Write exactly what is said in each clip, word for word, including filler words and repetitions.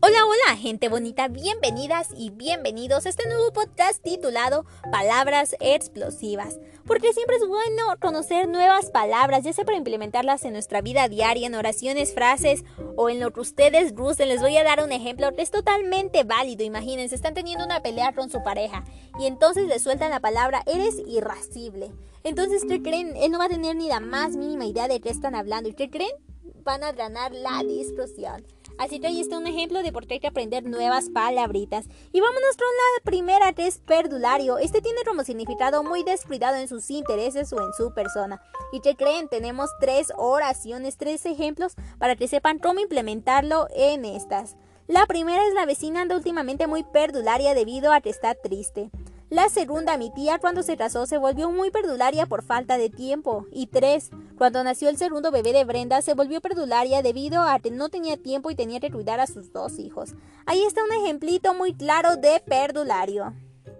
Hola, hola, gente bonita, bienvenidas y bienvenidos a este nuevo podcast titulado Palabras Explosivas, porque siempre es bueno conocer nuevas palabras, ya sea para implementarlas en nuestra vida diaria, en oraciones, frases o en lo que ustedes gusten. Les voy a dar un ejemplo que es totalmente válido. Imagínense, están teniendo una pelea con su pareja y entonces le sueltan la palabra eres irascible. Entonces, ¿qué creen? Él no va a tener ni la más mínima idea de qué están hablando. ¿Y qué creen? Van a ganar la discusión. Así que ahí está un ejemplo de por qué hay que aprender nuevas palabritas. Y vámonos con la primera, que es perdulario. Este tiene como significado muy descuidado en sus intereses o en su persona. ¿Y qué creen? Tenemos tres oraciones, tres ejemplos para que sepan cómo implementarlo en estas. La primera es: la vecina anda últimamente muy perdularia debido a que está triste. La segunda: mi tía cuando se casó se volvió muy perdularia por falta de tiempo. Y tres: cuando nació el segundo bebé de Brenda se volvió perdularia debido a que no tenía tiempo y tenía que cuidar a sus dos hijos. Ahí está un ejemplito muy claro de perdulario.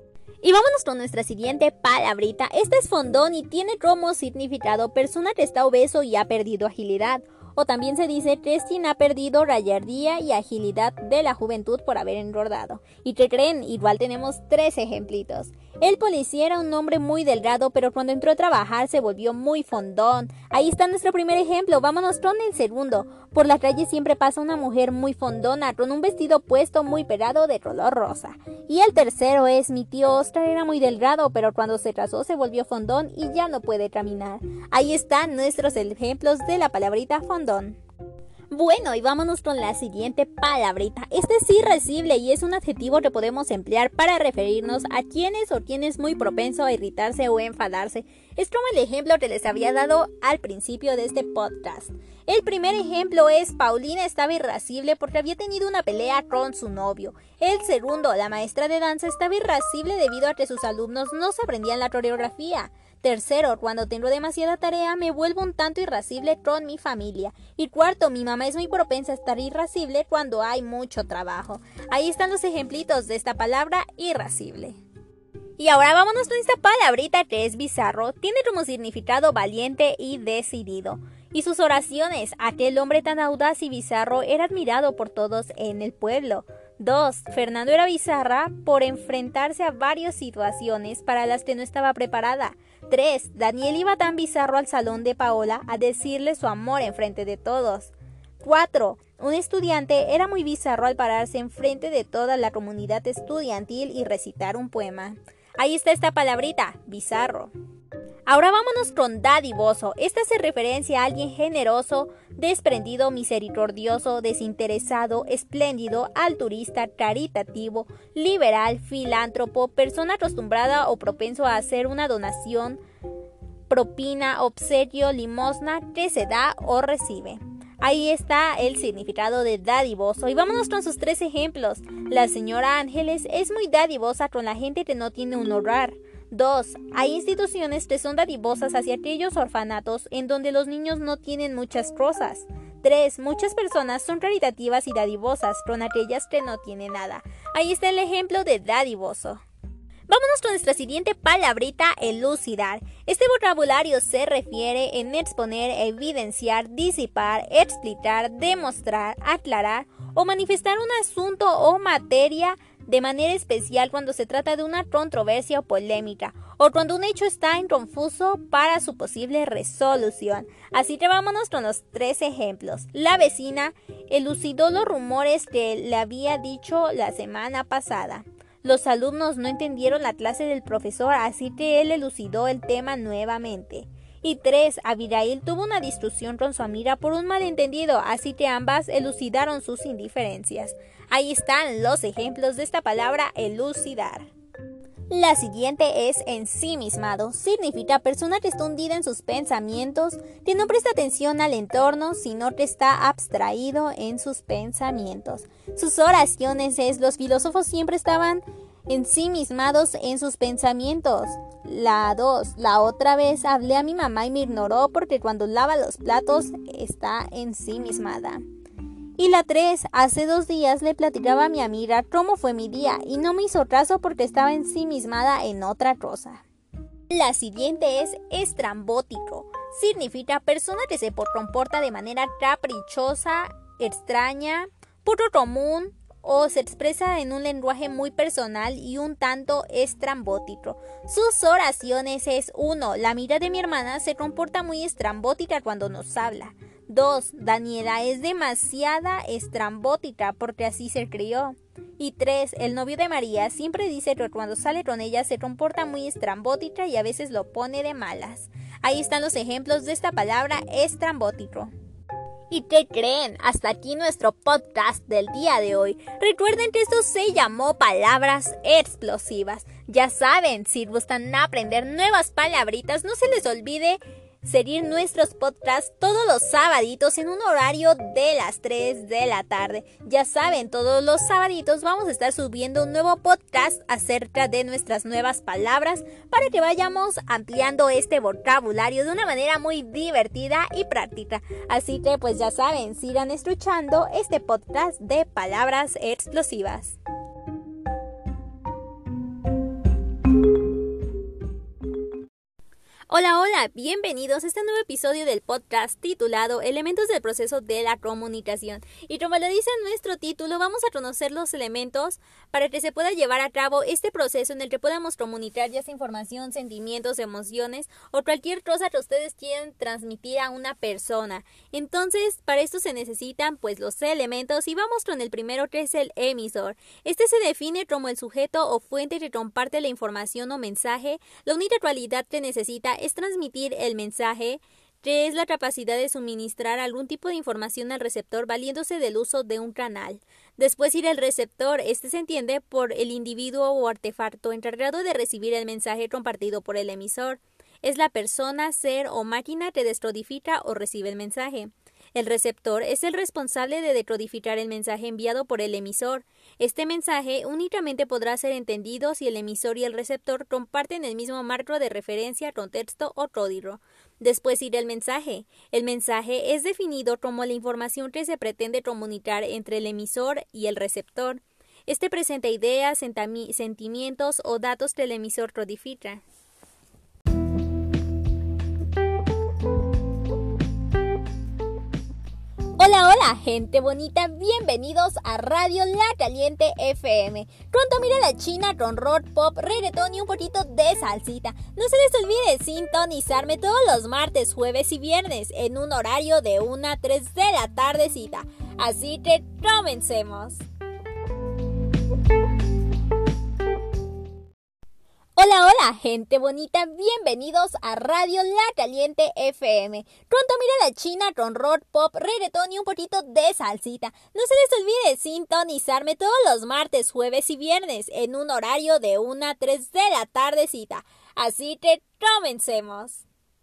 Y vámonos con nuestra siguiente palabrita. Esta es fondón y tiene como significado persona que está obeso y ha perdido agilidad. O también se dice que es quien ha perdido gallardía y agilidad de la juventud por haber engordado. ¿Y qué creen? Igual tenemos tres ejemplitos. El policía era un hombre muy delgado, pero cuando entró a trabajar se volvió muy fondón. Ahí está nuestro primer ejemplo. Vámonos con el segundo. Por la calle siempre pasa una mujer muy fondona, con un vestido puesto muy pegado de color rosa. Y el tercero es: mi tío Oscar era muy delgado, pero cuando se casó se volvió fondón y ya no puede caminar. Ahí están nuestros ejemplos de la palabrita fondón. Bueno, y vámonos con la siguiente palabrita. Este es irascible y es un adjetivo que podemos emplear para referirnos a quienes o quien es muy propenso a irritarse o enfadarse. Es como el ejemplo que les había dado al principio de este podcast. El primer ejemplo es: Paulina estaba irascible porque había tenido una pelea con su novio. El segundo: la maestra de danza estaba irascible debido a que sus alumnos no se aprendían la coreografía. Tercero: cuando tengo demasiada tarea me vuelvo un tanto irascible con mi familia. Y cuarto: mi mamá es muy propensa a estar irascible cuando hay mucho trabajo. Ahí están los ejemplitos de esta palabra irascible. Y ahora vámonos con esta palabrita que es bizarro. Tiene como significado valiente y decidido. Y sus oraciones: aquel hombre tan audaz y bizarro era admirado por todos en el pueblo. dos. Fernando era bizarra por enfrentarse a varias situaciones para las que no estaba preparada. tres. Daniel iba tan bizarro al salón de Paola a decirle su amor enfrente de todos. cuatro. Un estudiante era muy bizarro al pararse enfrente de toda la comunidad estudiantil y recitar un poema. Ahí está esta palabrita, bizarro. Ahora vámonos con dadivoso. Esta hace referencia a alguien generoso, desprendido, misericordioso, desinteresado, espléndido, altruista, caritativo, liberal, filántropo, persona acostumbrada o propenso a hacer una donación, propina, obsequio, limosna que se da o recibe. Ahí está el significado de dadivoso. Y vámonos con sus tres ejemplos. La señora Ángeles es muy dadivosa con la gente que no tiene un hogar. dos. Hay instituciones que son dadivosas hacia aquellos orfanatos en donde los niños no tienen muchas cosas. tres. Muchas personas son caritativas y dadivosas con aquellas que no tienen nada. Ahí está el ejemplo de dadivoso. Vámonos con nuestra siguiente palabrita, elucidar. Este vocabulario se refiere en exponer, evidenciar, disipar, explicar, demostrar, aclarar o manifestar un asunto o materia de manera especial cuando se trata de una controversia o polémica, o cuando un hecho está en confuso para su posible resolución. Así que vámonos con los tres ejemplos. La vecina elucidó los rumores que le había dicho la semana pasada. Los alumnos no entendieron la clase del profesor, así que él elucidó el tema nuevamente. Y tres. Abigail tuvo una discusión con su amiga por un malentendido, así que ambas elucidaron sus indiferencias. Ahí están los ejemplos de esta palabra elucidar. La siguiente es ensimismado. Significa persona que está hundida en sus pensamientos, que no presta atención al entorno, sino que está abstraído en sus pensamientos. Sus oraciones es: los filósofos siempre estaban ensimismados en sus pensamientos. La dos. La otra vez hablé a mi mamá y me ignoró porque cuando lava los platos está ensimismada. Y la tres. Hace dos días le platicaba a mi amiga cómo fue mi día y no me hizo caso porque estaba ensimismada en otra cosa. La siguiente es estrambótico. Significa persona que se comporta de manera caprichosa, extraña, poco común o se expresa en un lenguaje muy personal y un tanto estrambótico. Sus oraciones es uno. La amiga de mi hermana se comporta muy estrambótica cuando nos habla. dos. Daniela es demasiada estrambótica porque así se crió. Y tres. El novio de María siempre dice que cuando sale con ella se comporta muy estrambótica y a veces lo pone de malas. Ahí están los ejemplos de esta palabra estrambótico. ¿Y qué creen? Hasta aquí nuestro podcast del día de hoy. Recuerden que esto se llamó Palabras Explosivas. Ya saben, si gustan aprender nuevas palabritas, no se les olvide seguir nuestros podcasts todos los sabaditos en un horario de las tres de la tarde. Ya saben, todos los sabaditos vamos a estar subiendo un nuevo podcast acerca de nuestras nuevas palabras para que vayamos ampliando este vocabulario de una manera muy divertida y práctica. Así que pues ya saben, sigan escuchando este podcast de Palabras Explosivas. Hola, hola, bienvenidos a este nuevo episodio del podcast titulado Elementos del proceso de la comunicación. Y como lo dice nuestro título, vamos a conocer los elementos para que se pueda llevar a cabo este proceso en el que podamos comunicar ya sea información, sentimientos, emociones o cualquier cosa que ustedes quieran transmitir a una persona. Entonces, para esto se necesitan pues los elementos y vamos con el primero, que es el emisor. Este se define como el sujeto o fuente que comparte la información o mensaje. La única cualidad que necesita es transmitir el mensaje, que es la capacidad de suministrar algún tipo de información al receptor valiéndose del uso de un canal. Después ir el receptor, este se entiende por el individuo o artefacto encargado de recibir el mensaje compartido por el emisor. Es la persona, ser o máquina que descodifica o recibe el mensaje. El receptor es el responsable de decodificar el mensaje enviado por el emisor. Este mensaje únicamente podrá ser entendido si el emisor y el receptor comparten el mismo marco de referencia, contexto o código. Después irá el mensaje. El mensaje es definido como la información que se pretende comunicar entre el emisor y el receptor. Este presenta ideas, sentimientos o datos que el emisor codifica. Hola, hola, gente bonita, bienvenidos a Radio La Caliente F M. Pronto mira la China con rock, pop, reggaetón y un poquito de salsita. No se les olvide sintonizarme todos los martes, jueves y viernes en un horario de una a tres de la tardecita. Así que comencemos. Hola, hola, gente bonita, bienvenidos a Radio La Caliente F M. Pronto mira la China con rock, pop, reggaetón y un poquito de salsita. No se les olvide sintonizarme todos los martes, jueves y viernes en un horario de una a tres de la tardecita. Así que comencemos.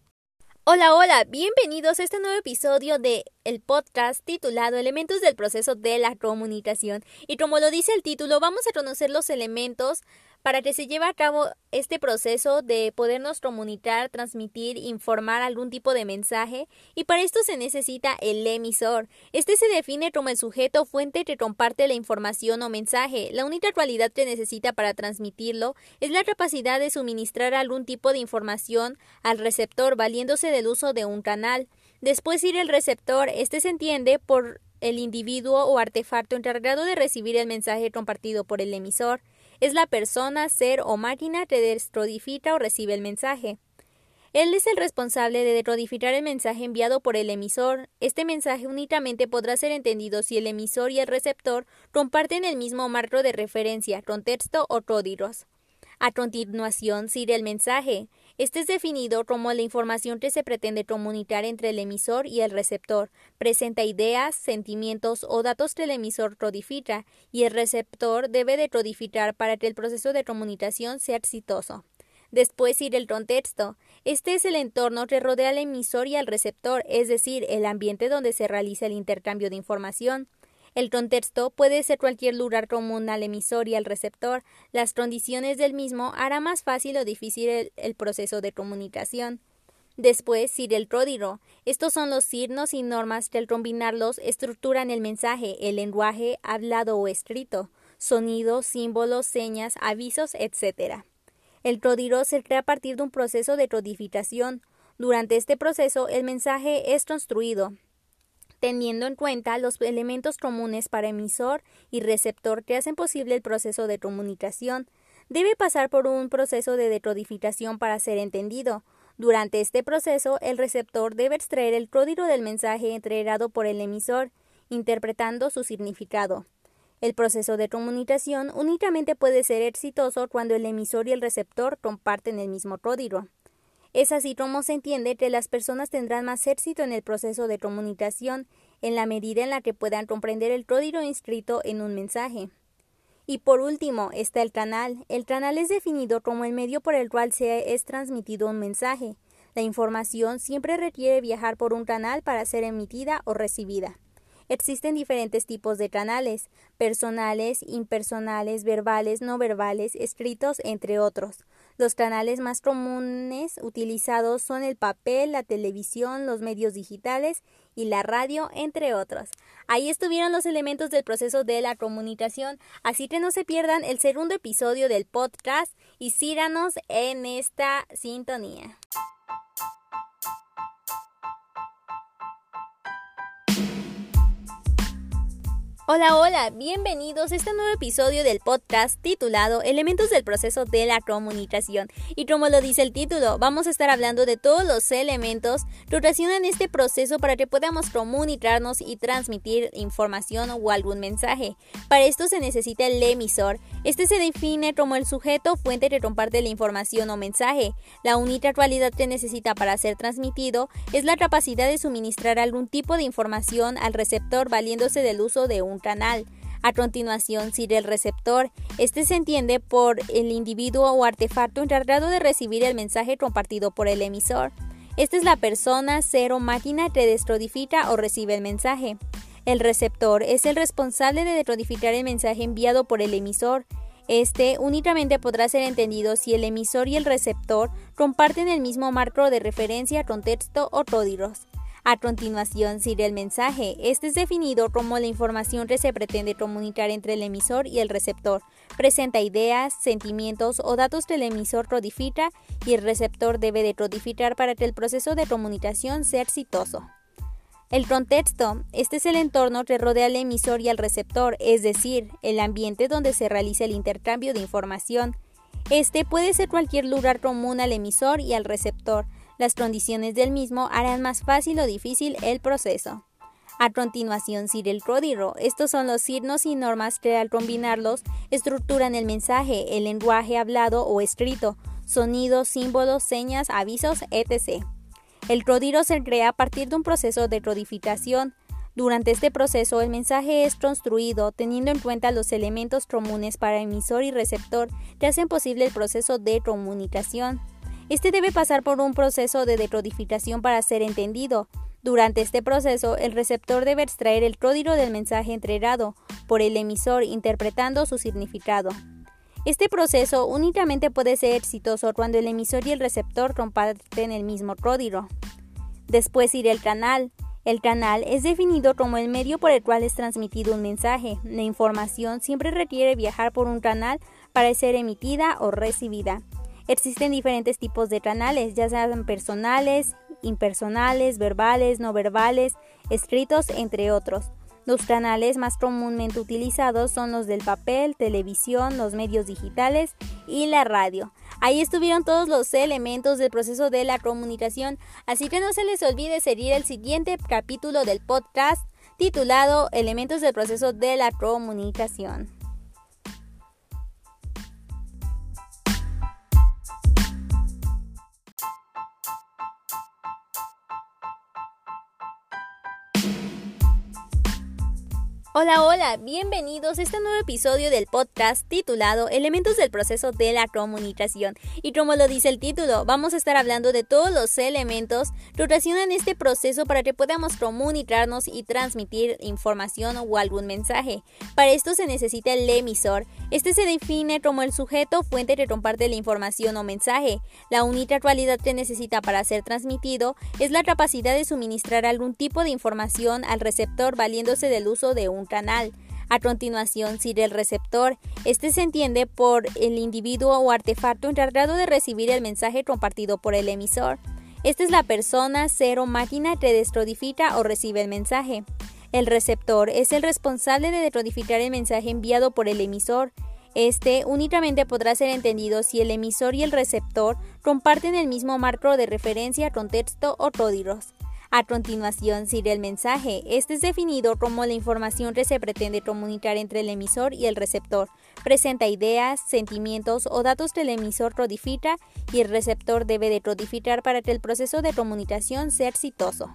Hola, hola, bienvenidos a este nuevo episodio de el podcast titulado Elementos del proceso de la comunicación. Y como lo dice el título, vamos a conocer los elementos para que se lleve a cabo este proceso de podernos comunicar, transmitir, informar algún tipo de mensaje, y para esto se necesita el emisor. Este se define como el sujeto o fuente que comparte la información o mensaje. La única cualidad que necesita para transmitirlo es la capacidad de suministrar algún tipo de información al receptor valiéndose del uso de un canal. Después ir el receptor, este se entiende por el individuo o artefacto encargado de recibir el mensaje compartido por el emisor. Es la persona, ser o máquina que descodifica o recibe el mensaje. Él es el responsable de decodificar el mensaje enviado por el emisor. Este mensaje únicamente podrá ser entendido si el emisor y el receptor comparten el mismo marco de referencia, contexto o códigos. A continuación sigue el mensaje. Este es definido como la información que se pretende comunicar entre el emisor y el receptor. Presenta ideas, sentimientos o datos que el emisor codifica, y el receptor debe de codificar para que el proceso de comunicación sea exitoso. Después ir el contexto. Este es el entorno que rodea al emisor y al receptor, es decir, el ambiente donde se realiza el intercambio de información. El contexto puede ser cualquier lugar común al emisor y al receptor. Las condiciones del mismo hará más fácil o difícil el, el proceso de comunicación. Después, sigue el código. Estos son los signos y normas que al combinarlos estructuran el mensaje, el lenguaje hablado o escrito, sonidos, símbolos, señas, avisos, etcétera. El código se crea a partir de un proceso de codificación. Durante este proceso, el mensaje es construido. teniendo en cuenta los elementos comunes para emisor y receptor que hacen posible el proceso de comunicación. Debe pasar por un proceso de decodificación para ser entendido. Durante este proceso, el receptor debe extraer el código del mensaje entregado por el emisor, interpretando su significado. El proceso de comunicación únicamente puede ser exitoso cuando el emisor y el receptor comparten el mismo código. Es así como se entiende que las personas tendrán más éxito en el proceso de comunicación en la medida en la que puedan comprender el código inscrito en un mensaje. Y por último está el canal. El canal es definido como el medio por el cual se es transmitido un mensaje. La información siempre requiere viajar por un canal para ser emitida o recibida. Existen diferentes tipos de canales: personales, impersonales, verbales, no verbales, escritos, entre otros. Los canales más comunes utilizados son el papel, la televisión, los medios digitales y la radio, entre otros. Ahí estuvieron los elementos del proceso de la comunicación, así que no se pierdan el segundo episodio del podcast y síganos en esta sintonía. Hola, hola, bienvenidos a este nuevo episodio del podcast titulado Elementos del proceso de la comunicación. Y como lo dice el título, vamos a estar hablando de todos los elementos que ocasionan este proceso para que podamos comunicarnos y transmitir información o algún mensaje. Para esto se necesita el emisor. Este se define como el sujeto fuente que comparte la información o mensaje. La única cualidad que necesita para ser transmitido es la capacidad de suministrar algún tipo de información al receptor valiéndose del uso de un canal. A continuación sigue el receptor. Este se entiende por el individuo o artefacto encargado de recibir el mensaje compartido por el emisor. Esta es la persona, ser o máquina que descodifica o recibe el mensaje. El receptor es el responsable de decodificar el mensaje enviado por el emisor. Este únicamente podrá ser entendido si el emisor y el receptor comparten el mismo marco de referencia, contexto o códigos. A continuación sigue el mensaje. Este es definido como la información que se pretende comunicar entre el emisor y el receptor. Presenta ideas, sentimientos o datos que el emisor codifica y el receptor debe de codificar para que el proceso de comunicación sea exitoso. El contexto. Este es el entorno que rodea al emisor y al receptor, es decir, el ambiente donde se realiza el intercambio de información. Este puede ser cualquier lugar común al emisor y al receptor. Las condiciones del mismo harán más fácil o difícil el proceso. A continuación sigue el código. Estos son los signos y normas que al combinarlos estructuran el mensaje, el lenguaje hablado o escrito, sonidos, símbolos, señas, avisos, etcétera. El código se crea a partir de un proceso de codificación. Durante este proceso el mensaje es construido teniendo en cuenta los elementos comunes para emisor y receptor que hacen posible el proceso de comunicación. Este debe pasar por un proceso de decodificación para ser entendido. Durante este proceso, el receptor debe extraer el código del mensaje entregado por el emisor interpretando su significado. Este proceso únicamente puede ser exitoso cuando el emisor y el receptor comparten el mismo código. Después irá el canal. El canal es definido como el medio por el cual es transmitido un mensaje. La información siempre requiere viajar por un canal para ser emitida o recibida. Existen diferentes tipos de canales, ya sean personales, impersonales, verbales, no verbales, escritos, entre otros. Los canales más comúnmente utilizados son los del papel, televisión, los medios digitales y la radio. Ahí estuvieron todos los elementos del proceso de la comunicación, así que no se les olvide seguir el siguiente capítulo del podcast titulado Elementos del proceso de la comunicación. Hola, hola, bienvenidos a este nuevo episodio del podcast titulado Elementos del proceso de la comunicación. Y como lo dice el título, vamos a estar hablando de todos los elementos que ocasionan este proceso para que podamos comunicarnos y transmitir información o algún mensaje. Para esto se necesita el emisor. Este se define como el sujeto fuente que comparte la información o mensaje. La única cualidad que necesita para ser transmitido es la capacidad de suministrar algún tipo de información al receptor valiéndose del uso de un canal. A continuación sigue el receptor. Este se entiende por el individuo o artefacto encargado de recibir el mensaje compartido por el emisor. Esta es la persona, ser o máquina que descodifica o recibe el mensaje. El receptor es el responsable de decodificar el mensaje enviado por el emisor. Este únicamente podrá ser entendido si el emisor y el receptor comparten el mismo marco de referencia, contexto o códigos. A continuación sigue el mensaje. Este es definido como la información que se pretende comunicar entre el emisor y el receptor. Presenta ideas, sentimientos o datos que el emisor codifica y el receptor debe de codificar para que el proceso de comunicación sea exitoso.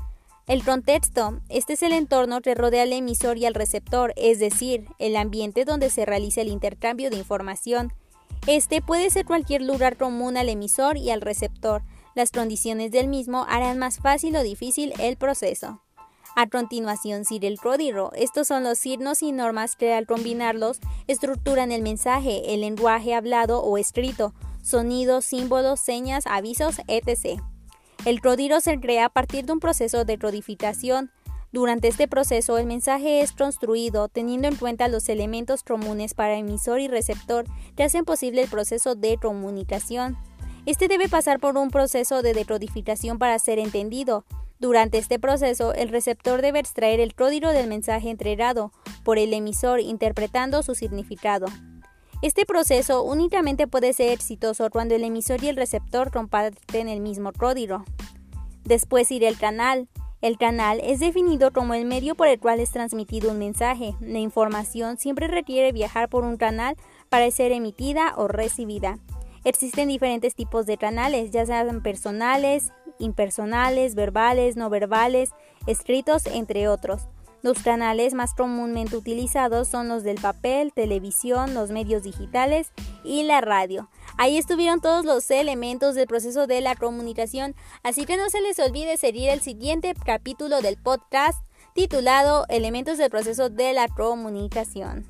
El contexto. Este es el entorno que rodea al emisor y al receptor, es decir, el ambiente donde se realiza el intercambio de información. Este puede ser cualquier lugar común al emisor y al receptor. Las condiciones del mismo harán más fácil o difícil el proceso. A continuación sigue el código. Estos son los signos y normas que al combinarlos estructuran el mensaje, el lenguaje hablado o escrito, sonidos, símbolos, señas, avisos, etcétera. El código se crea a partir de un proceso de codificación. Durante este proceso, el mensaje es construido teniendo en cuenta los elementos comunes para emisor y receptor que hacen posible el proceso de comunicación. Este debe pasar por un proceso de decodificación para ser entendido. Durante este proceso, el receptor debe extraer el código del mensaje entregado por el emisor interpretando su significado. Este proceso únicamente puede ser exitoso cuando el emisor y el receptor comparten el mismo código. Después irá el canal. El canal es definido como el medio por el cual es transmitido un mensaje. La información siempre requiere viajar por un canal para ser emitida o recibida. Existen diferentes tipos de canales, ya sean personales, impersonales, verbales, no verbales, escritos, entre otros. Los canales más comúnmente utilizados son los del papel, televisión, los medios digitales y la radio. Ahí estuvieron todos los elementos del proceso de la comunicación, así que no se les olvide seguir el siguiente capítulo del podcast titulado Elementos del proceso de la comunicación.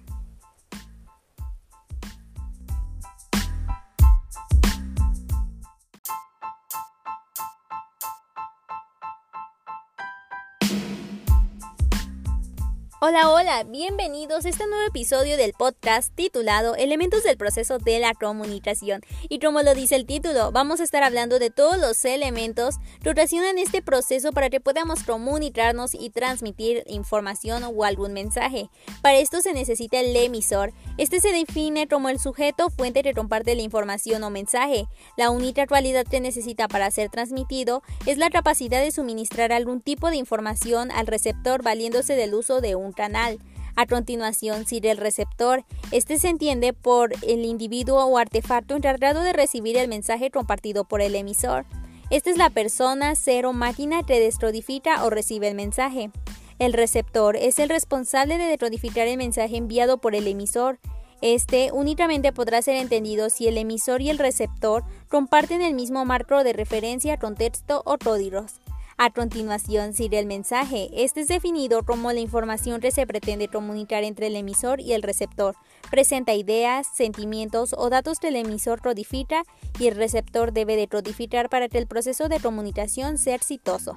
Hola, hola, bienvenidos a este nuevo episodio del podcast titulado Elementos del proceso de la comunicación. Y como lo dice el título, vamos a estar hablando de todos los elementos que ocasionan este proceso para que podamos comunicarnos y transmitir información o algún mensaje. Para esto se necesita el emisor. Este se define como el sujeto fuente que comparte la información o mensaje. La única cualidad que necesita para ser transmitido es la capacidad de suministrar algún tipo de información al receptor valiéndose del uso de un canal. A continuación sigue el receptor. Este se entiende por el individuo o artefacto encargado de recibir el mensaje compartido por el emisor. Esta es la persona, ser o máquina que descodifica o recibe el mensaje. El receptor es el responsable de decodificar el mensaje enviado por el emisor. Este únicamente podrá ser entendido si el emisor y el receptor comparten el mismo marco de referencia, contexto o códigos. A continuación sigue el mensaje. Este es definido como la información que se pretende comunicar entre el emisor y el receptor. Presenta ideas, sentimientos o datos que el emisor codifica y el receptor debe de codificar para que el proceso de comunicación sea exitoso.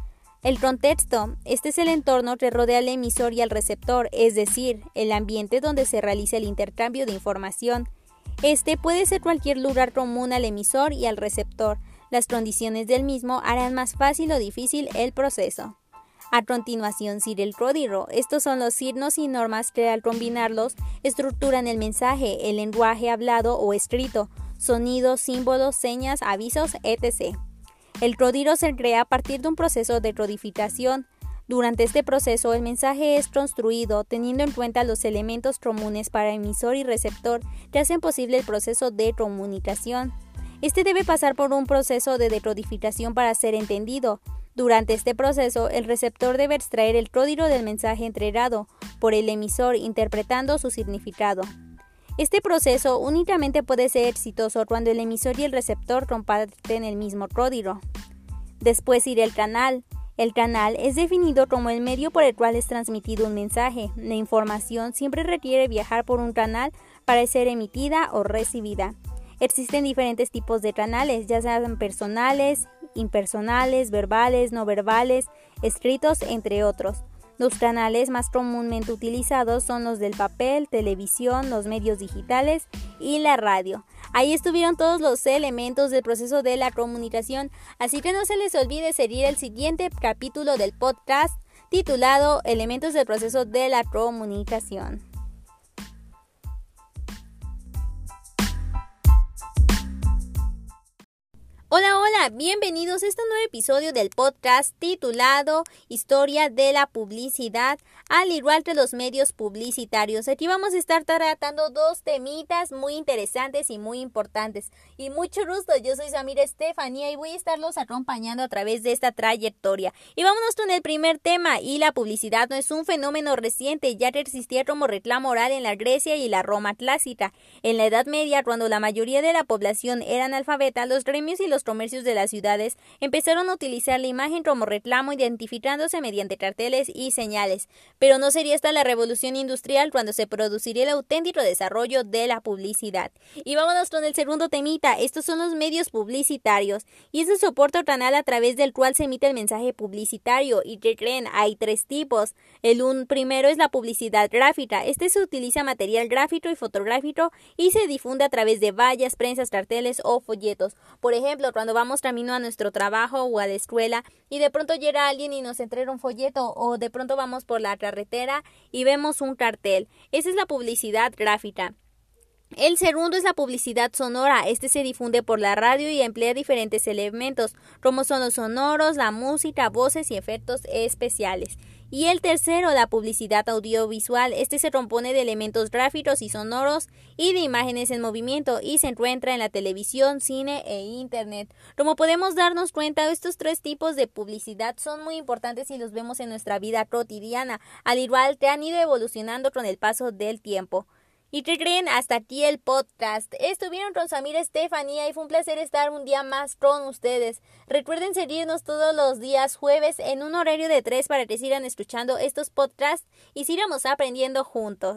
El contexto. Este es el entorno que rodea al emisor y al receptor, es decir, el ambiente donde se realiza el intercambio de información. Este puede ser cualquier lugar común al emisor y al receptor. Las condiciones del mismo harán más fácil o difícil el proceso. A continuación sigue el código. Estos son los signos y normas que al combinarlos estructuran el mensaje, el lenguaje hablado o escrito, sonidos, símbolos, señas, avisos, etcétera. El código se crea a partir de un proceso de codificación. Durante este proceso, el mensaje es construido teniendo en cuenta los elementos comunes para emisor y receptor que hacen posible el proceso de comunicación. Este debe pasar por un proceso de decodificación para ser entendido. Durante este proceso, el receptor debe extraer el código del mensaje entregado por el emisor interpretando su significado. Este proceso únicamente puede ser exitoso cuando el emisor y el receptor comparten el mismo código. Después irá el canal. El canal es definido como el medio por el cual es transmitido un mensaje. La información siempre requiere viajar por un canal para ser emitida o recibida. Existen diferentes tipos de canales, ya sean personales, impersonales, verbales, no verbales, escritos, entre otros. Los canales más comúnmente utilizados son los del papel, televisión, los medios digitales y la radio. Ahí estuvieron todos los elementos del proceso de la comunicación, así que no se les olvide seguir el siguiente capítulo del podcast titulado Elementos del proceso de la comunicación. Hola, hola, bienvenidos a este nuevo episodio del podcast titulado Historia de la publicidad, al igual que los medios publicitarios. Aquí vamos a estar tratando dos temitas muy interesantes y muy importantes. Y mucho gusto, yo soy Samira Estefanía y voy a estarlos acompañando a través de esta trayectoria. Y vámonos con el primer tema, y la publicidad no es un fenómeno reciente, ya que existía como reclamo oral en la Grecia y la Roma clásica. En la Edad Media, cuando la mayoría de la población era analfabeta, los gremios y los comercios de las ciudades empezaron a utilizar la imagen como reclamo, identificándose mediante carteles y señales. Pero no sería hasta la revolución industrial cuando se produciría el auténtico desarrollo de la publicidad. Y vámonos con el segundo temita. Estos son los medios publicitarios, y es el soporte o canal a través del cual se emite el mensaje publicitario. ¿Y qué creen? Hay tres tipos. El un primero es la publicidad gráfica. Este se utiliza material gráfico y fotográfico y se difunde a través de vallas, prensas, carteles o folletos. Por ejemplo, cuando vamos camino a nuestro trabajo o a la escuela y de pronto llega alguien y nos entrega un folleto, o de pronto vamos por la carretera y vemos un cartel. Esa es la publicidad gráfica. El segundo es la publicidad sonora. Este se difunde por la radio y emplea diferentes elementos, como son los sonoros, la música, voces y efectos especiales. Y el tercero, la publicidad audiovisual. Este se compone de elementos gráficos y sonoros y de imágenes en movimiento y se encuentra en la televisión, cine e internet. Como podemos darnos cuenta, estos tres tipos de publicidad son muy importantes y los vemos en nuestra vida cotidiana, al igual que han ido evolucionando con el paso del tiempo. ¿Y qué creen? Hasta aquí el podcast. Estuvieron con Samira Estefanía y fue un placer estar un día más con ustedes. Recuerden seguirnos todos los días jueves en un horario de tres para que sigan escuchando estos podcasts y sigamos aprendiendo juntos.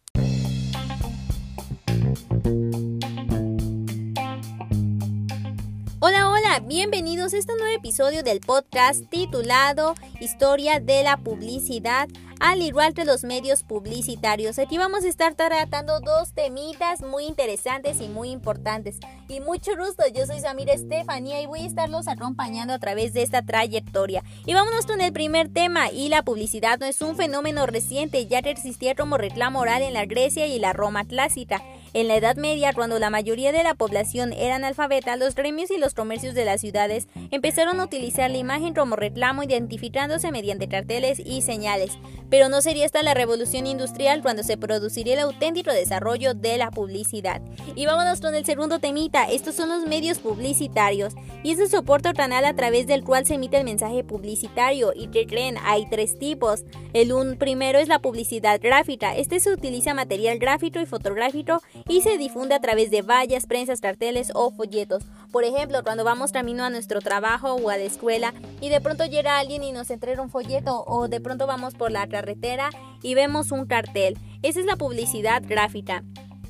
Hola, hola, bienvenidos a este nuevo episodio del podcast titulado Historia de la publicidad, al igual que los medios publicitarios. Aquí vamos a estar tratando dos temitas muy interesantes y muy importantes. Y mucho gusto, yo soy Samira Estefanía y voy a estarlos acompañando a través de esta trayectoria. Y vámonos con el primer tema, y la publicidad no es un fenómeno reciente, ya que existía como reclamo oral en la Grecia y la Roma clásica. En la Edad Media, cuando la mayoría de la población era analfabeta, los gremios y los comercios de las ciudades empezaron a utilizar la imagen como reclamo, identificándose mediante carteles y señales. Pero no sería hasta la revolución industrial cuando se produciría el auténtico desarrollo de la publicidad. Y vámonos con el segundo temita. Estos son los medios publicitarios, y es el soporte o canal a través del cual se emite el mensaje publicitario. ¿Y qué creen? Hay tres tipos. El un primero es la publicidad gráfica. Este se utiliza material gráfico y fotográfico y se difunde a través de vallas, prensas, carteles o folletos. Por ejemplo, cuando vamos camino a nuestro trabajo o a la escuela y de pronto llega alguien y nos entrega un folleto, o de pronto vamos por la carretera y vemos un cartel. Esa es la publicidad gráfica.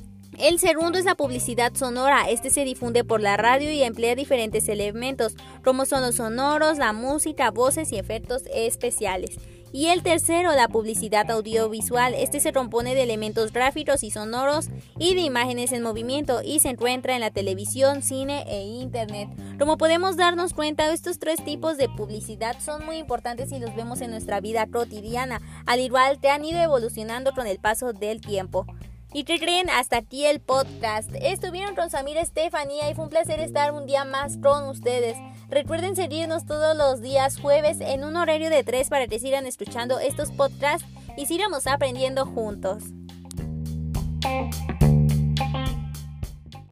El segundo es la publicidad sonora. Este se difunde por la radio y emplea diferentes elementos, como son los sonoros, la música, voces y efectos especiales. Y el tercero, la publicidad audiovisual. Este se compone de elementos gráficos y sonoros y de imágenes en movimiento y se encuentra en la televisión, cine e internet. Como podemos darnos cuenta, estos tres tipos de publicidad son muy importantes y los vemos en nuestra vida cotidiana, al igual que han ido evolucionando con el paso del tiempo. ¿Y qué creen? Hasta aquí el podcast. Estuvieron con Samira Estefanía y fue un placer estar un día más con ustedes. Recuerden seguirnos todos los días jueves en un horario de tres para que sigan escuchando estos podcasts y sigamos aprendiendo juntos.